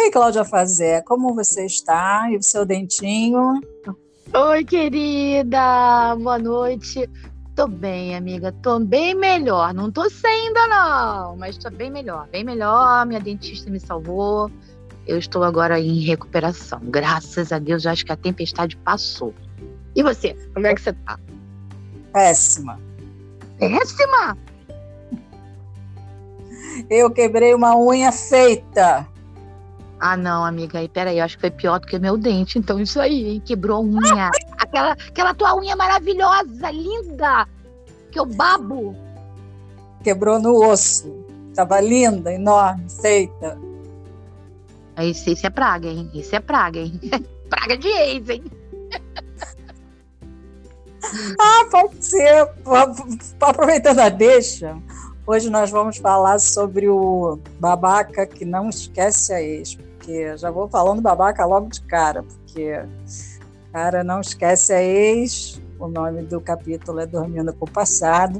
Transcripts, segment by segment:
Oi, Cláudia Fazé, como você está? E o seu dentinho? Oi, querida, boa noite. Tô bem, amiga, tô bem melhor. Não tô sem ainda, não, mas tô bem melhor. Bem melhor, minha dentista me salvou. Eu estou agora em recuperação. Graças a Deus, eu acho que a tempestade passou. E você, como é que você tá? Péssima. Péssima? Eu quebrei uma unha feita. Ah, não, amiga, aí peraí, eu acho que foi pior do que meu dente. Então, isso aí, hein? Quebrou a unha. Aquela tua unha maravilhosa, linda, que eu babo. Quebrou no osso. Tava linda, enorme, feita. Isso é praga, hein? Isso é praga, hein? Praga de ex, hein? Pode ser. Aproveitando a deixa, hoje nós vamos falar sobre o babaca que não esquece a ex. Porque já vou falando babaca logo de cara, porque cara não esquece a ex. O nome do capítulo é Dormindo com o Passado.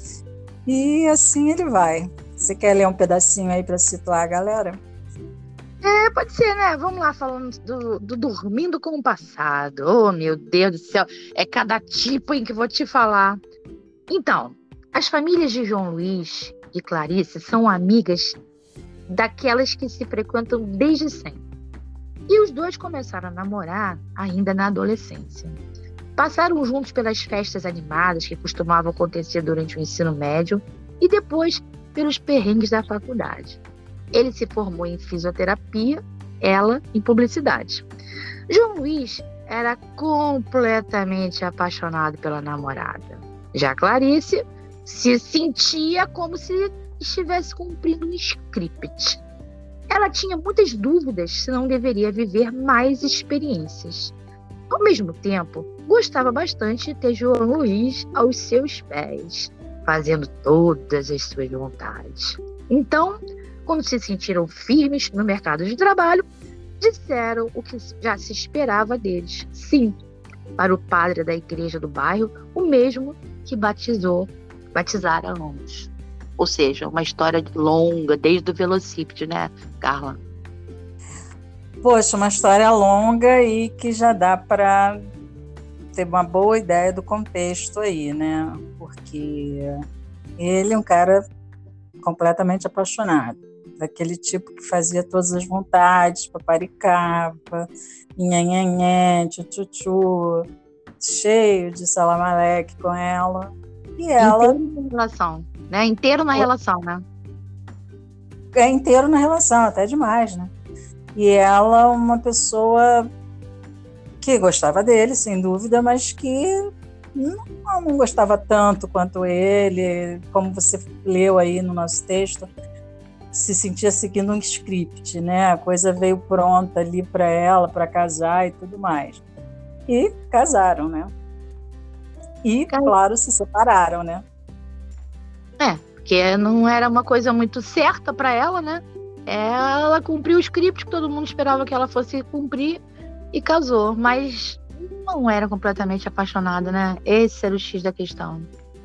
E assim ele vai. Você quer ler um pedacinho aí para situar a galera? Pode ser, né? Vamos lá, falando do Dormindo com o Passado. Oh, meu Deus do céu. É cada tipo em que vou te falar. Então, as famílias de João Luiz e Clarice são amigas daquelas que se frequentam desde sempre. E os dois começaram a namorar ainda na adolescência. Passaram juntos pelas festas animadas que costumavam acontecer durante o ensino médio e depois pelos perrengues da faculdade. Ele se formou em fisioterapia, ela em publicidade. João Luiz era completamente apaixonado pela namorada. Já Clarice se sentia como se estivesse cumprindo um script. Ela tinha muitas dúvidas se não deveria viver mais experiências. Ao mesmo tempo, gostava bastante de ter João Luiz aos seus pés, fazendo todas as suas vontades. Então, quando se sentiram firmes no mercado de trabalho, disseram o que já se esperava deles. Sim, para o padre da igreja do bairro, o mesmo que batizara ambos. Ou seja, uma história longa, desde o velocípede, né, Carla? Poxa, uma história longa e que já dá para ter uma boa ideia do contexto aí, né? Porque ele é um cara completamente apaixonado, daquele tipo que fazia todas as vontades, paparicava, nhanhanhé, tchutchutchu, cheio de salamaleque com ela. E ela... Inteiro na relação, né? Inteiro na relação, né? É inteiro na relação, até demais, né? E ela, uma pessoa que gostava dele, sem dúvida, mas que não gostava tanto quanto ele, como você leu aí no nosso texto, se sentia seguindo um script, né? A coisa veio pronta ali para ela, para casar e tudo mais. E casaram, né? E, claro, se separaram, né? Porque não era uma coisa muito certa para ela, né? Ela cumpriu o script que todo mundo esperava que ela fosse cumprir e casou, mas não era completamente apaixonada, né? Esse era o X da questão.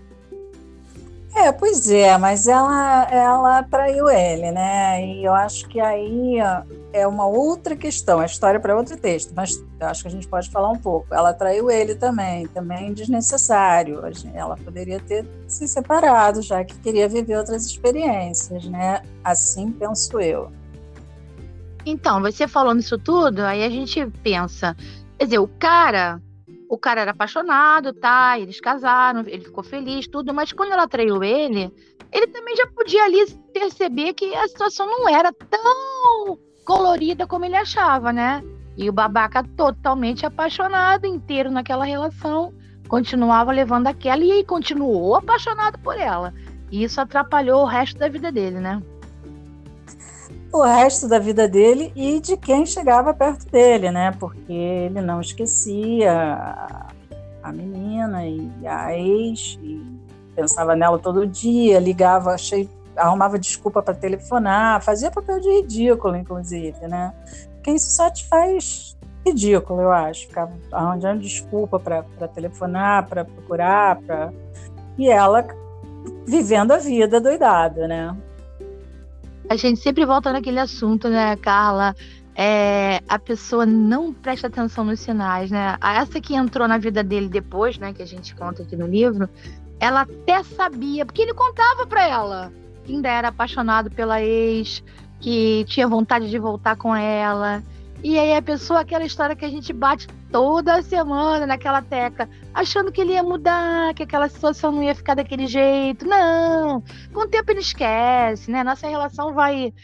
Pois é, mas ela traiu ele, né? E eu acho que aí é uma outra questão, a história para outro texto, mas eu acho que a gente pode falar um pouco. Ela traiu ele também desnecessário. Ela poderia ter se separado, já que queria viver outras experiências, né? Assim penso eu. Então, você falando isso tudo, aí a gente pensa, quer dizer, o cara era apaixonado, tá? Eles casaram, ele ficou feliz, tudo, mas quando ela traiu ele também já podia ali perceber que a situação não era tão colorida como ele achava, né? E o babaca totalmente apaixonado, inteiro naquela relação, continuava levando aquela e continuou apaixonado por ela. E isso atrapalhou o resto da vida dele, né? O resto da vida dele e de quem chegava perto dele, né? Porque ele não esquecia a menina e a ex, e pensava nela todo dia, ligava, arrumava desculpa para telefonar, fazia papel de ridículo, inclusive, né? Porque isso só te faz ridículo, eu acho, ficava arranjando desculpa para telefonar, para procurar, e ela vivendo a vida doidada, né? A gente sempre volta naquele assunto, né, Carla? a pessoa não presta atenção nos sinais, né? Essa que entrou na vida dele depois, né, que a gente conta aqui no livro, ela até sabia, porque ele contava pra ela que ainda era apaixonado pela ex, que tinha vontade de voltar com ela. E aí a pessoa, aquela história que a gente bate toda semana naquela tecla, achando que ele ia mudar, que aquela situação não ia ficar daquele jeito. Não, com o tempo ele esquece, né? Nossa relação vai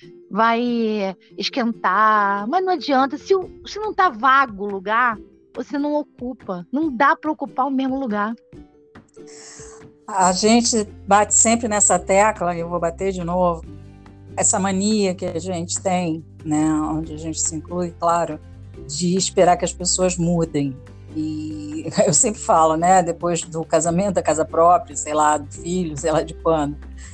esquentar, mas não adianta, se não tá vago o lugar, você não ocupa, não dá para ocupar o mesmo lugar. A gente bate sempre nessa tecla, e eu vou bater de novo, essa mania que a gente tem, né, onde a gente se inclui, claro, de esperar que as pessoas mudem. E eu sempre falo, né, depois do casamento, da casa própria, sei lá, do filho, sei lá de quando.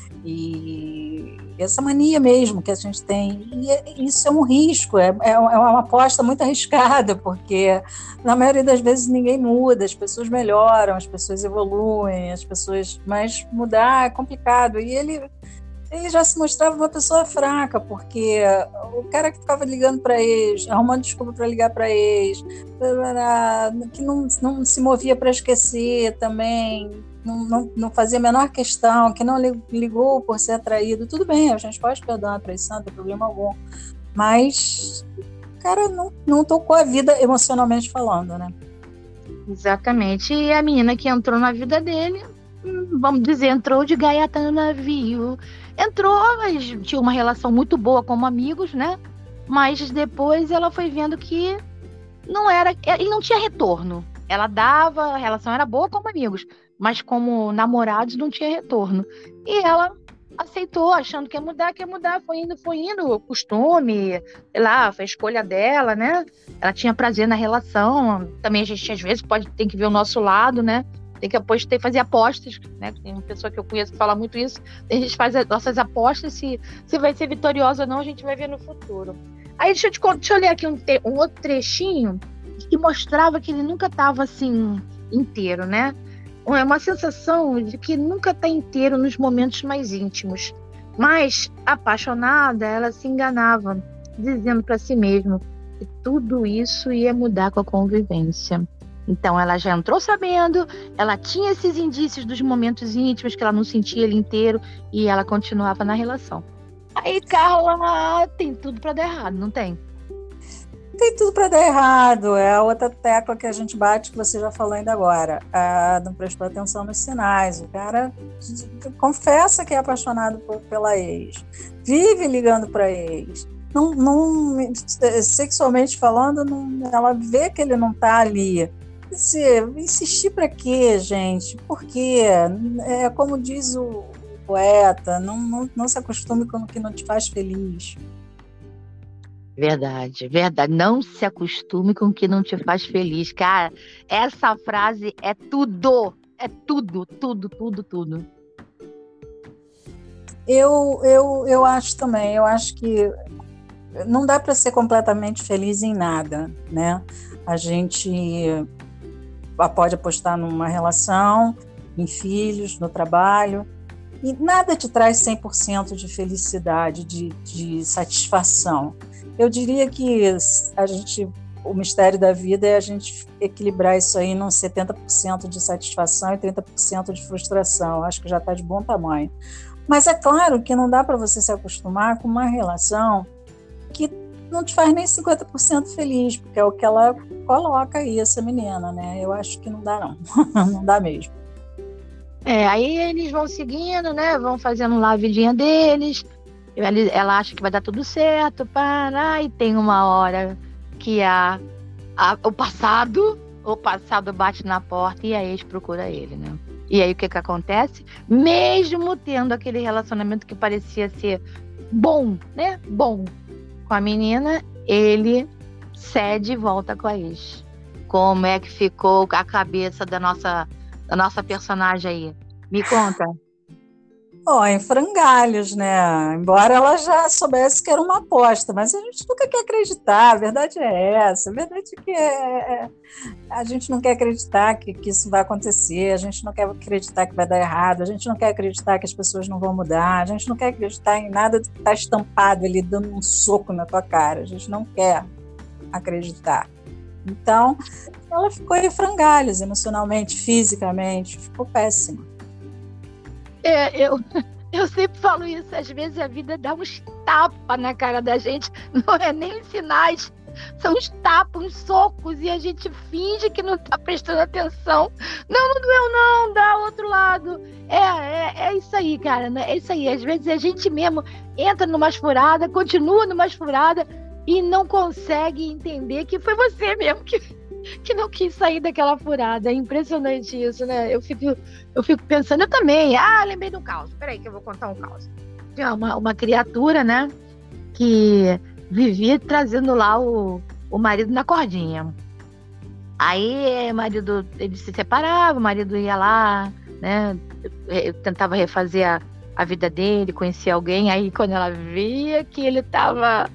E essa mania mesmo que a gente tem, e isso é um risco, é uma aposta muito arriscada, porque na maioria das vezes ninguém muda, as pessoas melhoram, as pessoas evoluem, mas mudar é complicado. E ele já se mostrava uma pessoa fraca, porque o cara que ficava ligando para ex, arrumando desculpa para ligar para ex, que não se movia para esquecer também, não fazia a menor questão, que não ligou por ser atraído. Tudo bem, a gente pode perdoar a traição, não tem problema algum, mas o cara não tocou a vida emocionalmente falando, né? Exatamente. E a menina que entrou na vida dele, vamos dizer, entrou de gaiata no navio. Entrou, tinha uma relação muito boa como amigos, né? Mas depois ela foi vendo que ele não tinha retorno. Ela dava, a relação era boa como amigos, mas como namorados não tinha retorno. E ela aceitou, achando que ia mudar, foi indo, costume, sei lá, foi a escolha dela, né? Ela tinha prazer na relação. Também a gente às vezes tem que ver o nosso lado, né? Tem que fazer apostas, né? Tem uma pessoa que eu conheço que fala muito isso. A gente faz as nossas apostas, se vai ser vitoriosa ou não, a gente vai ver no futuro. Aí deixa eu ler aqui um outro trechinho que mostrava que ele nunca estava assim inteiro, né? É uma sensação de que nunca está inteiro nos momentos mais íntimos. Mas, apaixonada, ela se enganava, dizendo para si mesma que tudo isso ia mudar com a convivência. Então, ela já entrou sabendo, ela tinha esses indícios dos momentos íntimos, que ela não sentia ele inteiro, e ela continuava na relação. Aí, Carla, tem tudo para dar errado, não tem? Tem tudo para dar errado. É a outra tecla que a gente bate, que você já falou ainda agora. Não prestou atenção nos sinais. O cara confessa que é apaixonado pela ex, vive ligando para ex. Sexualmente falando, ela vê que ele não está ali. Insistir para quê, gente? Por quê? É como diz o poeta, não se acostume com o que não te faz feliz. Verdade. Não se acostume com o que não te faz feliz. Cara, essa frase é tudo. É tudo. Eu acho também. Eu acho que não dá para ser completamente feliz em nada, né? A gente pode apostar numa relação, em filhos, no trabalho, e nada te traz 100% de felicidade, de satisfação. Eu diria que o mistério da vida é a gente equilibrar isso aí num 70% de satisfação e 30% de frustração. Acho que já está de bom tamanho. Mas é claro que não dá para você se acostumar com uma relação que não te faz nem 50% feliz, porque é o que ela coloca aí, essa menina, né? Eu acho que não dá, não. Não dá mesmo. Aí eles vão seguindo, né? Vão fazendo lá a vidinha deles. Ela acha que vai dar tudo certo, e tem uma hora que o passado bate na porta e a ex procura ele, né? E aí o que acontece? Mesmo tendo aquele relacionamento que parecia ser bom, né? Bom com a menina, ele cede e volta com a ex. Como é que ficou a cabeça da nossa personagem aí? Me conta. Ó, em frangalhos, né? Embora ela já soubesse que era uma aposta, mas a gente nunca quer acreditar, a verdade é essa. A verdade é que a gente não quer acreditar que isso vai acontecer, a gente não quer acreditar que vai dar errado, a gente não quer acreditar que as pessoas não vão mudar, a gente não quer acreditar em nada que está estampado ali, dando um soco na tua cara, a gente não quer acreditar. Então, ela ficou em frangalhos emocionalmente, fisicamente, ficou péssima. Eu sempre falo isso, às vezes a vida dá uns tapas na cara da gente, não é nem os sinais, são uns tapas, uns socos, e a gente finge que não tá prestando atenção. Não doeu não, dá outro lado. É isso aí, cara, né? É isso aí, às vezes a gente mesmo entra numa furada, continua numa furada e não consegue entender que foi você mesmo que não quis sair daquela furada. É impressionante isso, né? Eu fico pensando, eu também. Lembrei de um caos. Peraí que eu vou contar um caos. Tinha uma criatura, né? Que vivia trazendo lá o marido na cordinha. Aí o marido, ele se separava, o marido ia lá, né? Tentava refazer a vida dele, conhecia alguém. Aí quando ela via que ele estava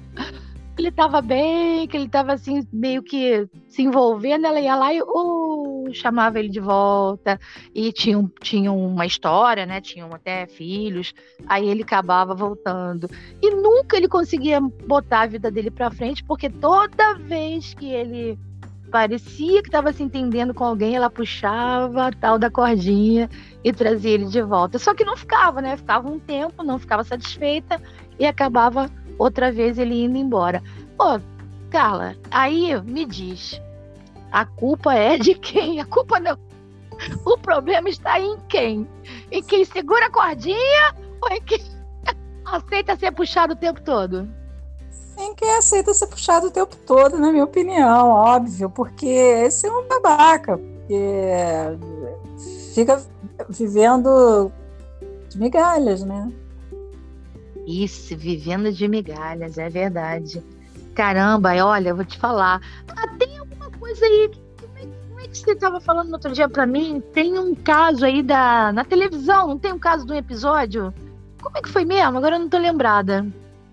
bem, que ele estava assim, meio que se envolvendo, ela ia lá e chamava ele de volta, e tinham uma história, né? Tinham até filhos, aí ele acabava voltando. E nunca ele conseguia botar a vida dele pra frente, porque toda vez que ele parecia que estava se entendendo com alguém, ela puxava a tal da cordinha e trazia ele de volta. Só que não ficava, né? Ficava um tempo, não ficava satisfeita e acabava outra vez ele indo embora. Pô, Carla, aí me diz, a culpa é de quem? A culpa não. O problema está em quem? Em quem segura a cordinha ou em quem aceita ser puxado o tempo todo? Em quem aceita ser puxado o tempo todo, na minha opinião, óbvio, porque esse é um babaca, porque fica vivendo de migalhas, né? Isso, vivendo de migalhas, é verdade. Caramba, olha, eu vou te falar. Tem alguma coisa aí. Como é que você estava falando no outro dia pra mim? Tem um caso aí na televisão, não tem um caso de um episódio? Como é que foi mesmo? Agora eu não tô lembrada.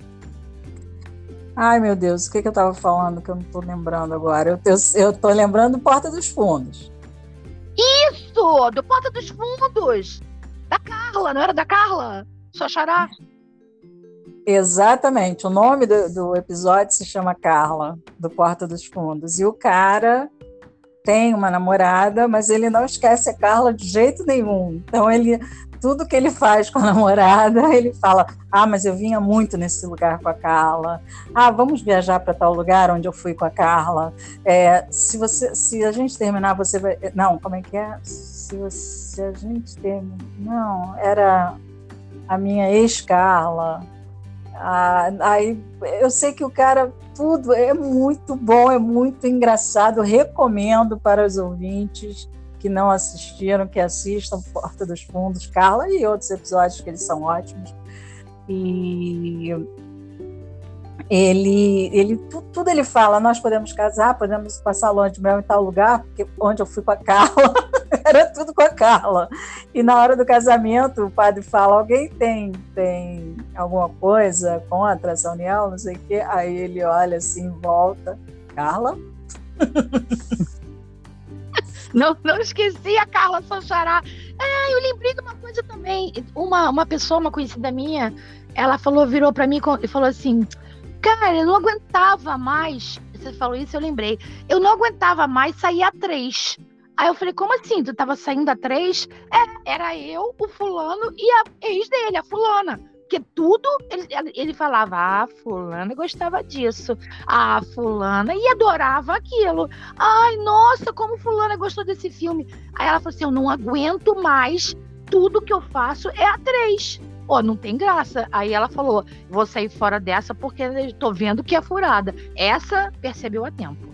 Ai, meu Deus, o que eu estava falando que eu não estou lembrando agora? Eu estou lembrando Porta dos Fundos. Isso! Do Porta dos Fundos! Da Carla, não era da Carla? Só xará? Exatamente, o nome do episódio se chama Carla, do Porta dos Fundos. E o cara tem uma namorada, mas ele não esquece a Carla de jeito nenhum. Então, tudo que ele faz com a namorada, ele fala: mas eu vinha muito nesse lugar com a Carla. Vamos viajar para tal lugar onde eu fui com a Carla. Se a gente terminar, você vai... Não, como é que é? Se a gente terminar... Não, era a minha ex-Carla. Aí eu sei que o cara, tudo é muito bom, é muito engraçado. Eu recomendo para os ouvintes que não assistiram, que assistam Porta dos Fundos, Carla, e outros episódios que eles são ótimos. E tudo ele fala: nós podemos casar, podemos passar lua de mel em tal lugar, porque onde eu fui com a Carla era tudo com a Carla. E na hora do casamento o padre fala: alguém tem alguma coisa contra essa união, não sei o quê. Aí ele olha assim, volta: Carla? Não esqueci a Carla Sanxará. Eu lembrei de uma coisa também. Uma pessoa, uma conhecida minha, ela virou pra mim e falou assim: cara, eu não aguentava mais. Você falou isso, eu lembrei. Eu não aguentava mais sair a 3. Aí eu falei: como assim? Tu tava saindo a 3? Era eu, o fulano e a ex dele, a fulana. Porque tudo ele falava: fulana gostava disso, fulana, e adorava aquilo. Ai, nossa, como fulana gostou desse filme. Aí ela falou assim: eu não aguento mais, tudo que eu faço é a 3. Não tem graça. Aí ela falou: vou sair fora dessa porque tô vendo que é furada. Essa percebeu a tempo.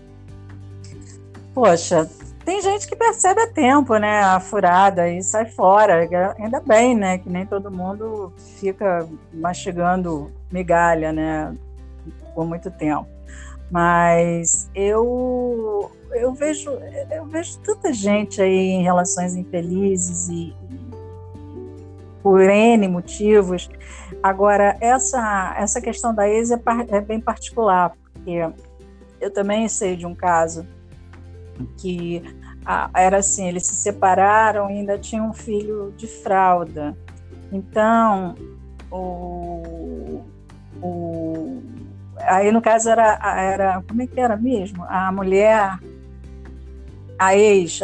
Poxa, tem gente que percebe a tempo, né, a furada e sai fora. Ainda bem, né, que nem todo mundo fica mastigando migalha, né, por muito tempo. Mas eu vejo tanta gente aí em relações infelizes e por N motivos. Agora, essa questão da ex é bem particular, porque eu também sei de um caso que era assim, eles se separaram e ainda tinham um filho de fralda. Então, aí no caso era como é que era mesmo? A mulher, a ex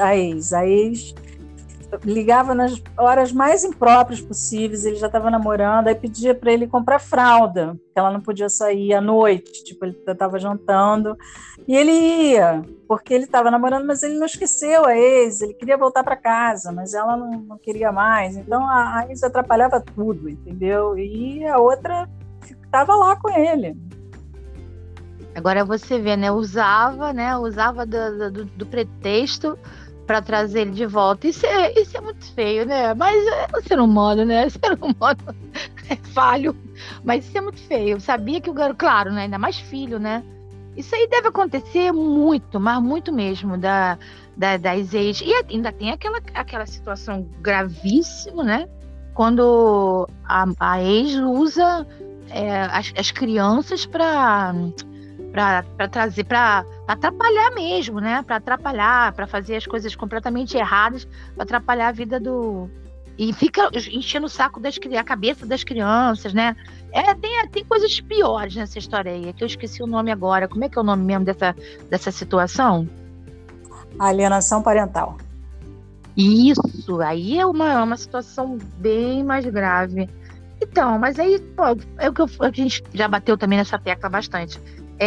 ligava nas horas mais impróprias possíveis, ele já estava namorando, aí pedia para ele comprar fralda, que ela não podia sair à noite, tipo, ele estava jantando, e ele ia, porque ele estava namorando, mas ele não esqueceu a ex, ele queria voltar para casa, mas ela não queria mais, então a ex atrapalhava tudo, entendeu? E a outra estava lá com ele. Agora você vê, né? Usava do pretexto para trazer ele de volta. Isso é muito feio, né? Mas é ser humano, né? Ser humano é falho. Mas isso é muito feio. Eu sabia que o garoto, claro, né? Ainda mais filho, né? Isso aí deve acontecer muito, mas muito mesmo, das ex. E ainda tem aquela situação gravíssima, né? Quando a ex usa as crianças para trazer, para atrapalhar mesmo, né? Para atrapalhar, para fazer as coisas completamente erradas, para atrapalhar a vida e fica enchendo o saco a cabeça das crianças, né? Tem coisas piores nessa história aí, que eu esqueci o nome agora. Como é que é o nome mesmo dessa situação? Alienação parental. Isso, aí é uma situação bem mais grave. Então, mas aí, pô, é o que a gente já bateu também nessa tecla bastante.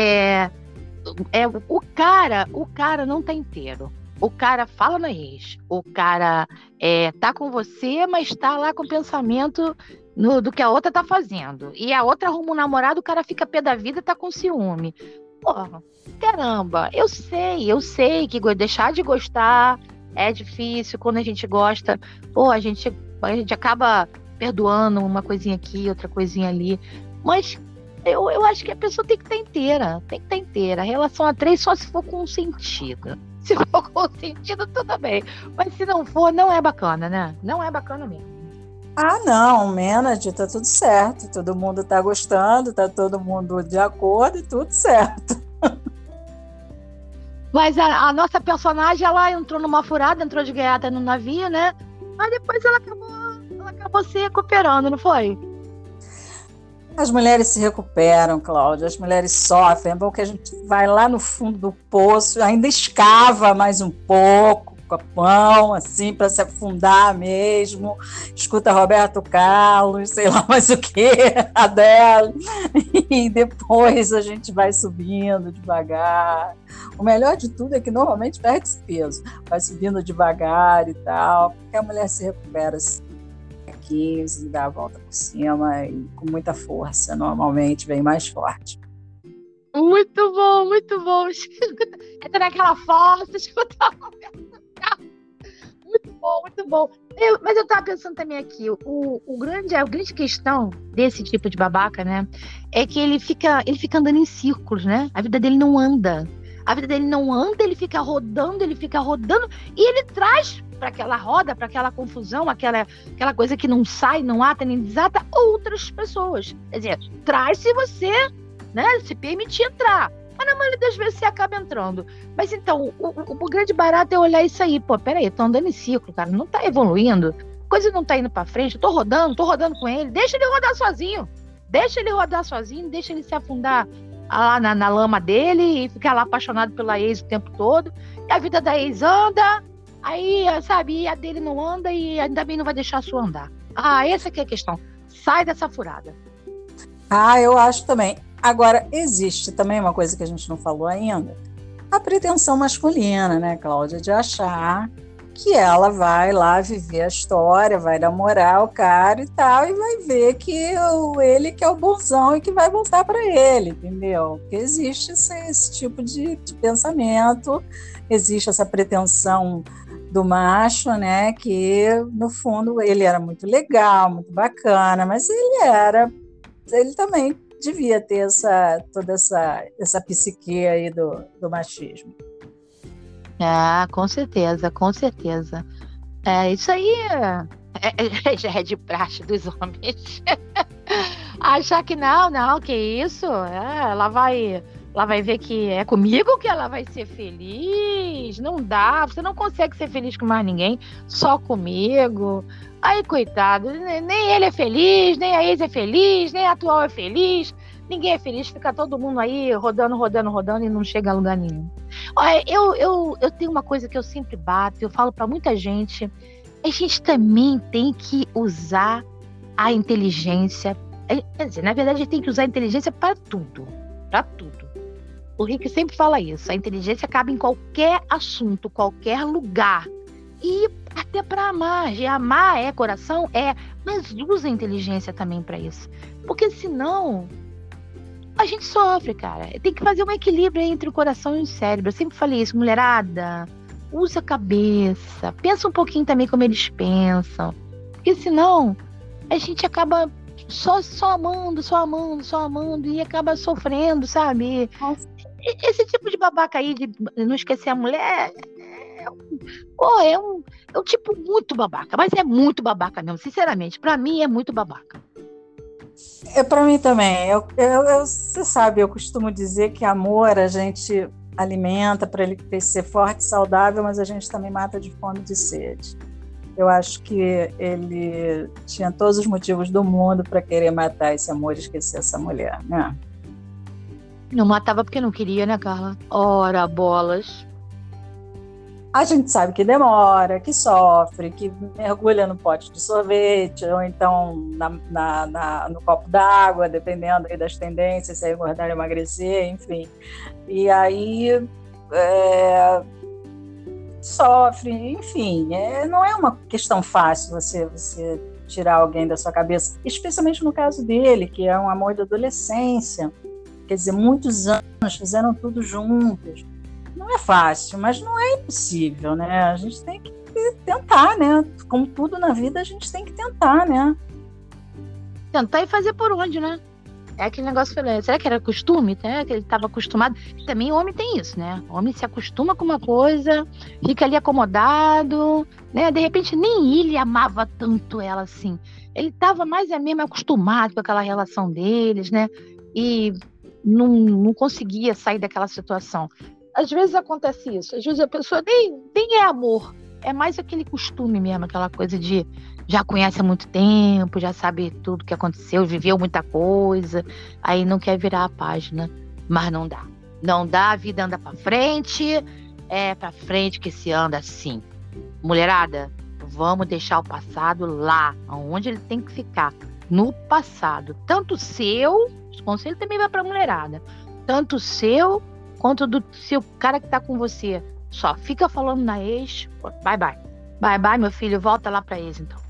O cara não tá inteiro. O cara fala na ex. O cara tá com você, mas tá lá com o pensamento do que a outra tá fazendo. E a outra arruma um namorado, o cara fica pé da vida e tá com ciúme. Porra, caramba, eu sei que deixar de gostar é difícil. Quando a gente gosta, pô, a gente acaba perdoando uma coisinha aqui, outra coisinha ali. Mas eu acho que a pessoa tem que estar inteira. A relação a três só se for consentida. Se for consentida, tudo bem. Mas se não for, não é bacana, né? Não é bacana mesmo. Ah, não, Menad, tá tudo certo. Todo mundo tá gostando, tá todo mundo de acordo e tudo certo. Mas a nossa personagem, ela entrou numa furada, entrou de gaiata no navio, né? Mas depois ela acabou se recuperando, não foi? As mulheres se recuperam, Cláudia, as mulheres sofrem. É bom que a gente vai lá no fundo do poço, ainda escava mais um pouco, com a mão, assim, para se afundar mesmo. Escuta Roberto Carlos, sei lá mais o que, Adele. E depois a gente vai subindo devagar. O melhor de tudo é que normalmente perde esse peso. Vai subindo devagar e tal, porque a mulher se recupera assim. E dá a volta por cima e com muita força, normalmente vem mais forte. Muito bom, muito bom. Entra naquela fossa, escuta. Muito bom. Mas eu tava pensando também aqui, a grande questão desse tipo de babaca, né, é que ele fica andando em círculos, né? A vida dele não anda. Ele fica rodando, e ele traz para aquela roda, para aquela confusão, aquela coisa que não sai, não ata nem desata, outras pessoas. Quer dizer, traz se você, né, se permitir entrar. Mas na maioria das vezes você acaba entrando. Mas então, o grande barato é olhar isso aí. Pô, peraí, tô andando em ciclo, cara, não tá evoluindo, a coisa não tá indo para frente, tô rodando com ele, deixa ele rodar sozinho, deixa ele se afundar lá na lama dele e ficar lá apaixonado pela ex o tempo todo. E a vida da ex anda, aí, sabe, e a dele não anda e ainda bem não vai deixar a sua andar. Essa que é a questão. Sai dessa furada. Eu acho também. Agora, existe também uma coisa que a gente não falou ainda, a pretensão masculina, né, Cláudia, de achar que ela vai lá viver a história, vai namorar o cara e tal, e vai ver que ele que é o bonzão e que vai voltar para ele, entendeu? Porque existe esse tipo de pensamento, existe essa pretensão do macho, né, que no fundo ele era muito legal, muito bacana, mas ele também devia ter toda essa psique aí do machismo. Com certeza. Isso aí Já é de praxe dos homens. Achar que não, que isso? Ela vai ver que é comigo que ela vai ser feliz. Não dá, você não consegue ser feliz com mais ninguém, só comigo. Aí, coitado, nem ele é feliz, nem a ex é feliz, nem a atual é feliz. Ninguém é feliz, fica todo mundo aí rodando e não chega a lugar nenhum. Olha, eu tenho uma coisa que eu sempre bato, eu falo pra muita gente, a gente também tem que usar a inteligência. Quer dizer, na verdade, a gente tem que usar a inteligência para tudo. Para tudo. O Rick sempre fala isso. A inteligência cabe em qualquer assunto, qualquer lugar. E até para amar. Amar é coração? É. Mas usa a inteligência também para isso. Porque senão a gente sofre, cara. Tem que fazer um equilíbrio entre o coração e o cérebro. Eu sempre falei isso. Mulherada, usa a cabeça. Pensa um pouquinho também como eles pensam. Porque senão a gente acaba só amando e acaba sofrendo, sabe? Esse tipo de babaca aí de não esquecer a mulher é um tipo muito babaca, mas é muito babaca mesmo, sinceramente, pra mim é muito babaca. Pra mim também, você sabe, eu costumo dizer que amor a gente alimenta para ele crescer forte e saudável, mas a gente também mata de fome e de sede. Eu acho que ele tinha todos os motivos do mundo para querer matar esse amor e esquecer essa mulher, né? Não matava porque não queria, né, Carla? Ora, bolas. A gente sabe que demora, que sofre, que mergulha no pote de sorvete, ou então no copo d'água, dependendo aí das tendências, se é engordar ou emagrecer, enfim. E aí sofre, enfim. Não é uma questão fácil você tirar alguém da sua cabeça, especialmente no caso dele, que é um amor de adolescência. Quer dizer, muitos anos, fizeram tudo juntos. Não é fácil, mas não é impossível, né? A gente tem que tentar, né? Como tudo na vida, a gente tem que tentar, né? Tentar e fazer por onde, né? É aquele negócio, será que era costume? Né? Que ele estava acostumado. Também o homem tem isso, né? O homem se acostuma com uma coisa, fica ali acomodado, né? De repente, nem ele amava tanto ela assim. Ele estava mais mesmo acostumado com aquela relação deles, né? E não conseguia sair daquela situação. Às vezes acontece isso, às vezes a pessoa nem é amor, é mais aquele costume mesmo, aquela coisa de já conhece há muito tempo, já sabe tudo que aconteceu, viveu muita coisa, aí não quer virar a página, mas não dá, a vida anda pra frente, é pra frente que se anda assim. Mulherada, vamos deixar o passado lá, onde ele tem que ficar, no passado, tanto seu, esse conselho também vai pra mulherada, tanto seu quanto do seu cara que tá com você. Só fica falando na ex. Bye, meu filho. Volta lá pra ex, então.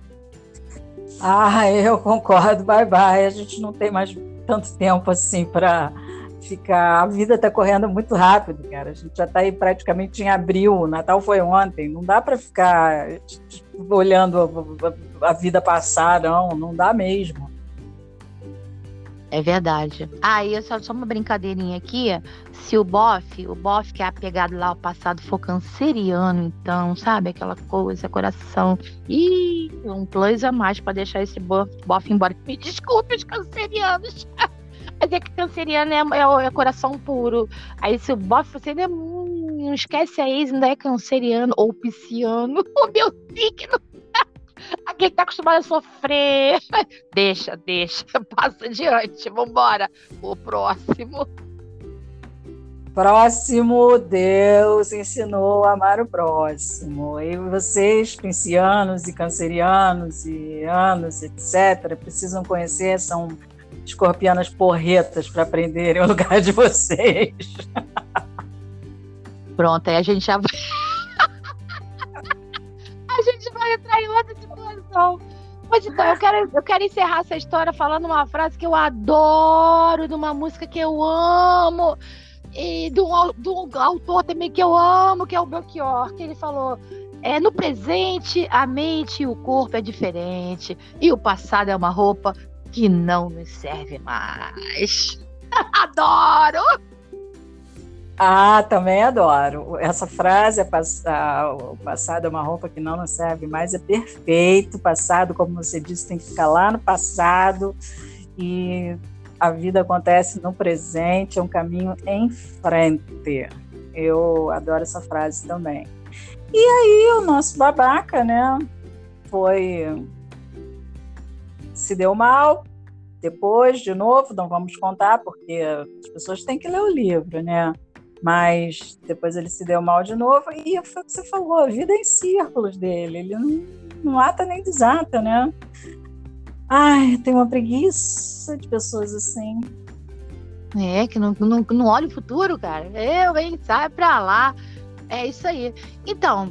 Eu concordo. Bye. A gente não tem mais tanto tempo assim para ficar... A vida tá correndo muito rápido, cara. A gente já tá aí praticamente em abril. O Natal foi ontem. Não dá para ficar olhando a vida passar, não dá mesmo. É verdade. Aí, só uma brincadeirinha aqui. Se o bofe que é apegado lá ao passado for canceriano, então, sabe? Aquela coisa, coração. Ih, um plus a mais pra deixar esse bofe embora. Me desculpe os cancerianos. Mas é que canceriano é coração puro. Aí, se o bofe, você não esquece a ex, ainda é canceriano ou pisciano. O meu signo. Aquele que tá acostumado a sofrer. Deixa, passa adiante, vambora. O próximo. Deus ensinou a amar o próximo. E vocês, piscianos e cancerianos e anos, etc., precisam conhecer, são escorpianas porretas para aprenderem o lugar de vocês. Pronto, aí a gente já vai entrar em outra situação. Mas então, eu quero encerrar essa história falando uma frase que eu adoro, de uma música que eu amo, e de um autor também que eu amo, que é o Belchior, que ele falou: no presente, a mente e o corpo é diferente, e o passado é uma roupa que não nos serve mais. Adoro! Ah, também adoro. Essa frase, o passado é uma roupa que não nos serve mais, é perfeito. O passado, como você disse, tem que ficar lá no passado e a vida acontece no presente, é um caminho em frente. Eu adoro essa frase também. E aí o nosso babaca, né, se deu mal, depois, de novo, não vamos contar, porque as pessoas têm que ler o livro, né? Mas depois ele se deu mal de novo e foi o que você falou, a vida é em círculos dele, ele não ata nem desata, né? Ai, tem uma preguiça de pessoas assim. Que não olha o futuro, cara. Hein? Sai pra lá. É isso aí. Então,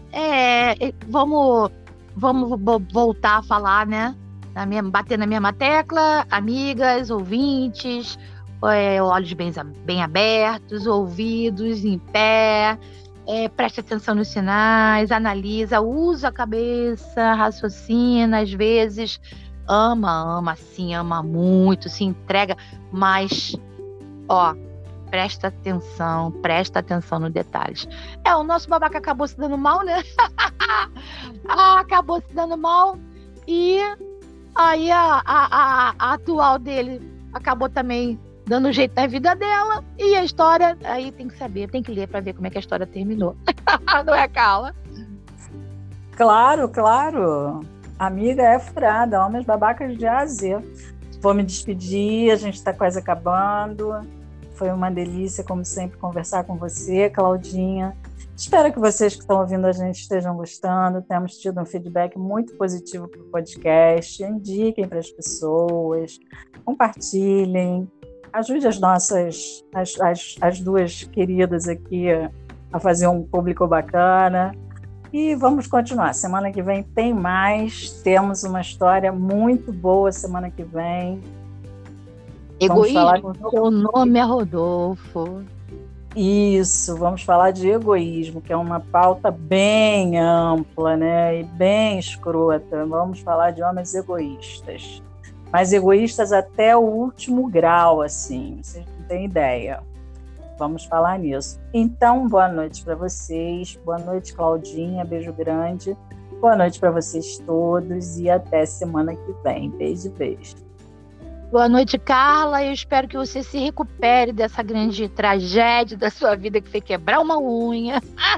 vamos voltar a falar, né? Bater na mesma tecla, amigas, ouvintes, olhos bem abertos, ouvidos em pé, preste atenção nos sinais, analisa, usa a cabeça, raciocina, às vezes ama, sim, ama muito, se entrega, mas, presta atenção nos detalhes. O nosso babaca acabou se dando mal, né? Acabou se dando mal e aí a atual dele acabou também dando um jeito na vida dela e a história, aí tem que saber, tem que ler para ver como é que a história terminou. Não é, Carla? Claro. Amiga é furada, homens babacas de A a Z. Vou me despedir, a gente está quase acabando. Foi uma delícia, como sempre, conversar com você, Claudinha. Espero que vocês que estão ouvindo a gente estejam gostando. Temos tido um feedback muito positivo para o podcast. Indiquem para as pessoas, compartilhem, ajude as duas queridas aqui a fazer um público bacana. E vamos continuar. Semana que vem tem mais. Temos uma história muito boa semana que vem. Egoísmo, seu nome é Rodolfo. Isso, vamos falar de egoísmo, que é uma pauta bem ampla, né? E bem escrota. Vamos falar de homens egoístas. Mas egoístas até o último grau, assim. Vocês não têm ideia. Vamos falar nisso. Então, boa noite para vocês. Boa noite, Claudinha. Beijo grande. Boa noite para vocês todos e até semana que vem. Beijo. Boa noite, Carla. Eu espero que você se recupere dessa grande tragédia da sua vida, que foi quebrar uma unha.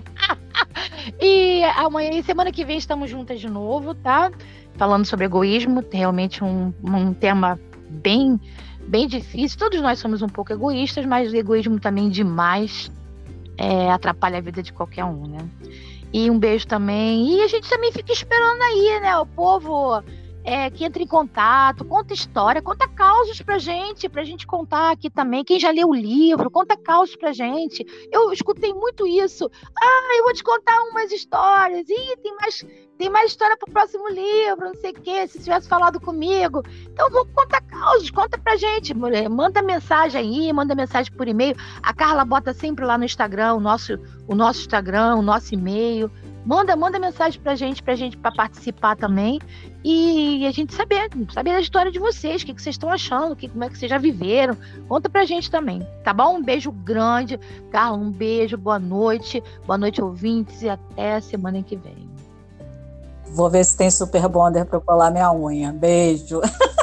E amanhã e semana que vem estamos juntas de novo, tá? Falando sobre egoísmo, realmente um tema bem difícil. Todos nós somos um pouco egoístas, mas o egoísmo também demais atrapalha a vida de qualquer um, né? E um beijo também. E a gente também fica esperando aí, né? O povo que entra em contato, conta história, conta causos pra gente contar aqui também. Quem já leu o livro, conta causos pra gente. Eu escutei muito isso. Eu vou te contar umas histórias. Tem mais história pro próximo livro, não sei o quê, se tivesse falado comigo. Então vamos contar causos, conta pra gente. Manda mensagem aí, manda mensagem por e-mail. A Carla bota sempre lá no Instagram, o nosso Instagram, o nosso e-mail. Manda mensagem pra gente para participar também e a gente saber da história de vocês, o que vocês estão achando, como é que vocês já viveram. Conta pra gente também, tá bom? Um beijo grande. Carla, um beijo, boa noite, ouvintes, e até semana que vem. Vou ver se tem Super Bonder para colar minha unha. Beijo.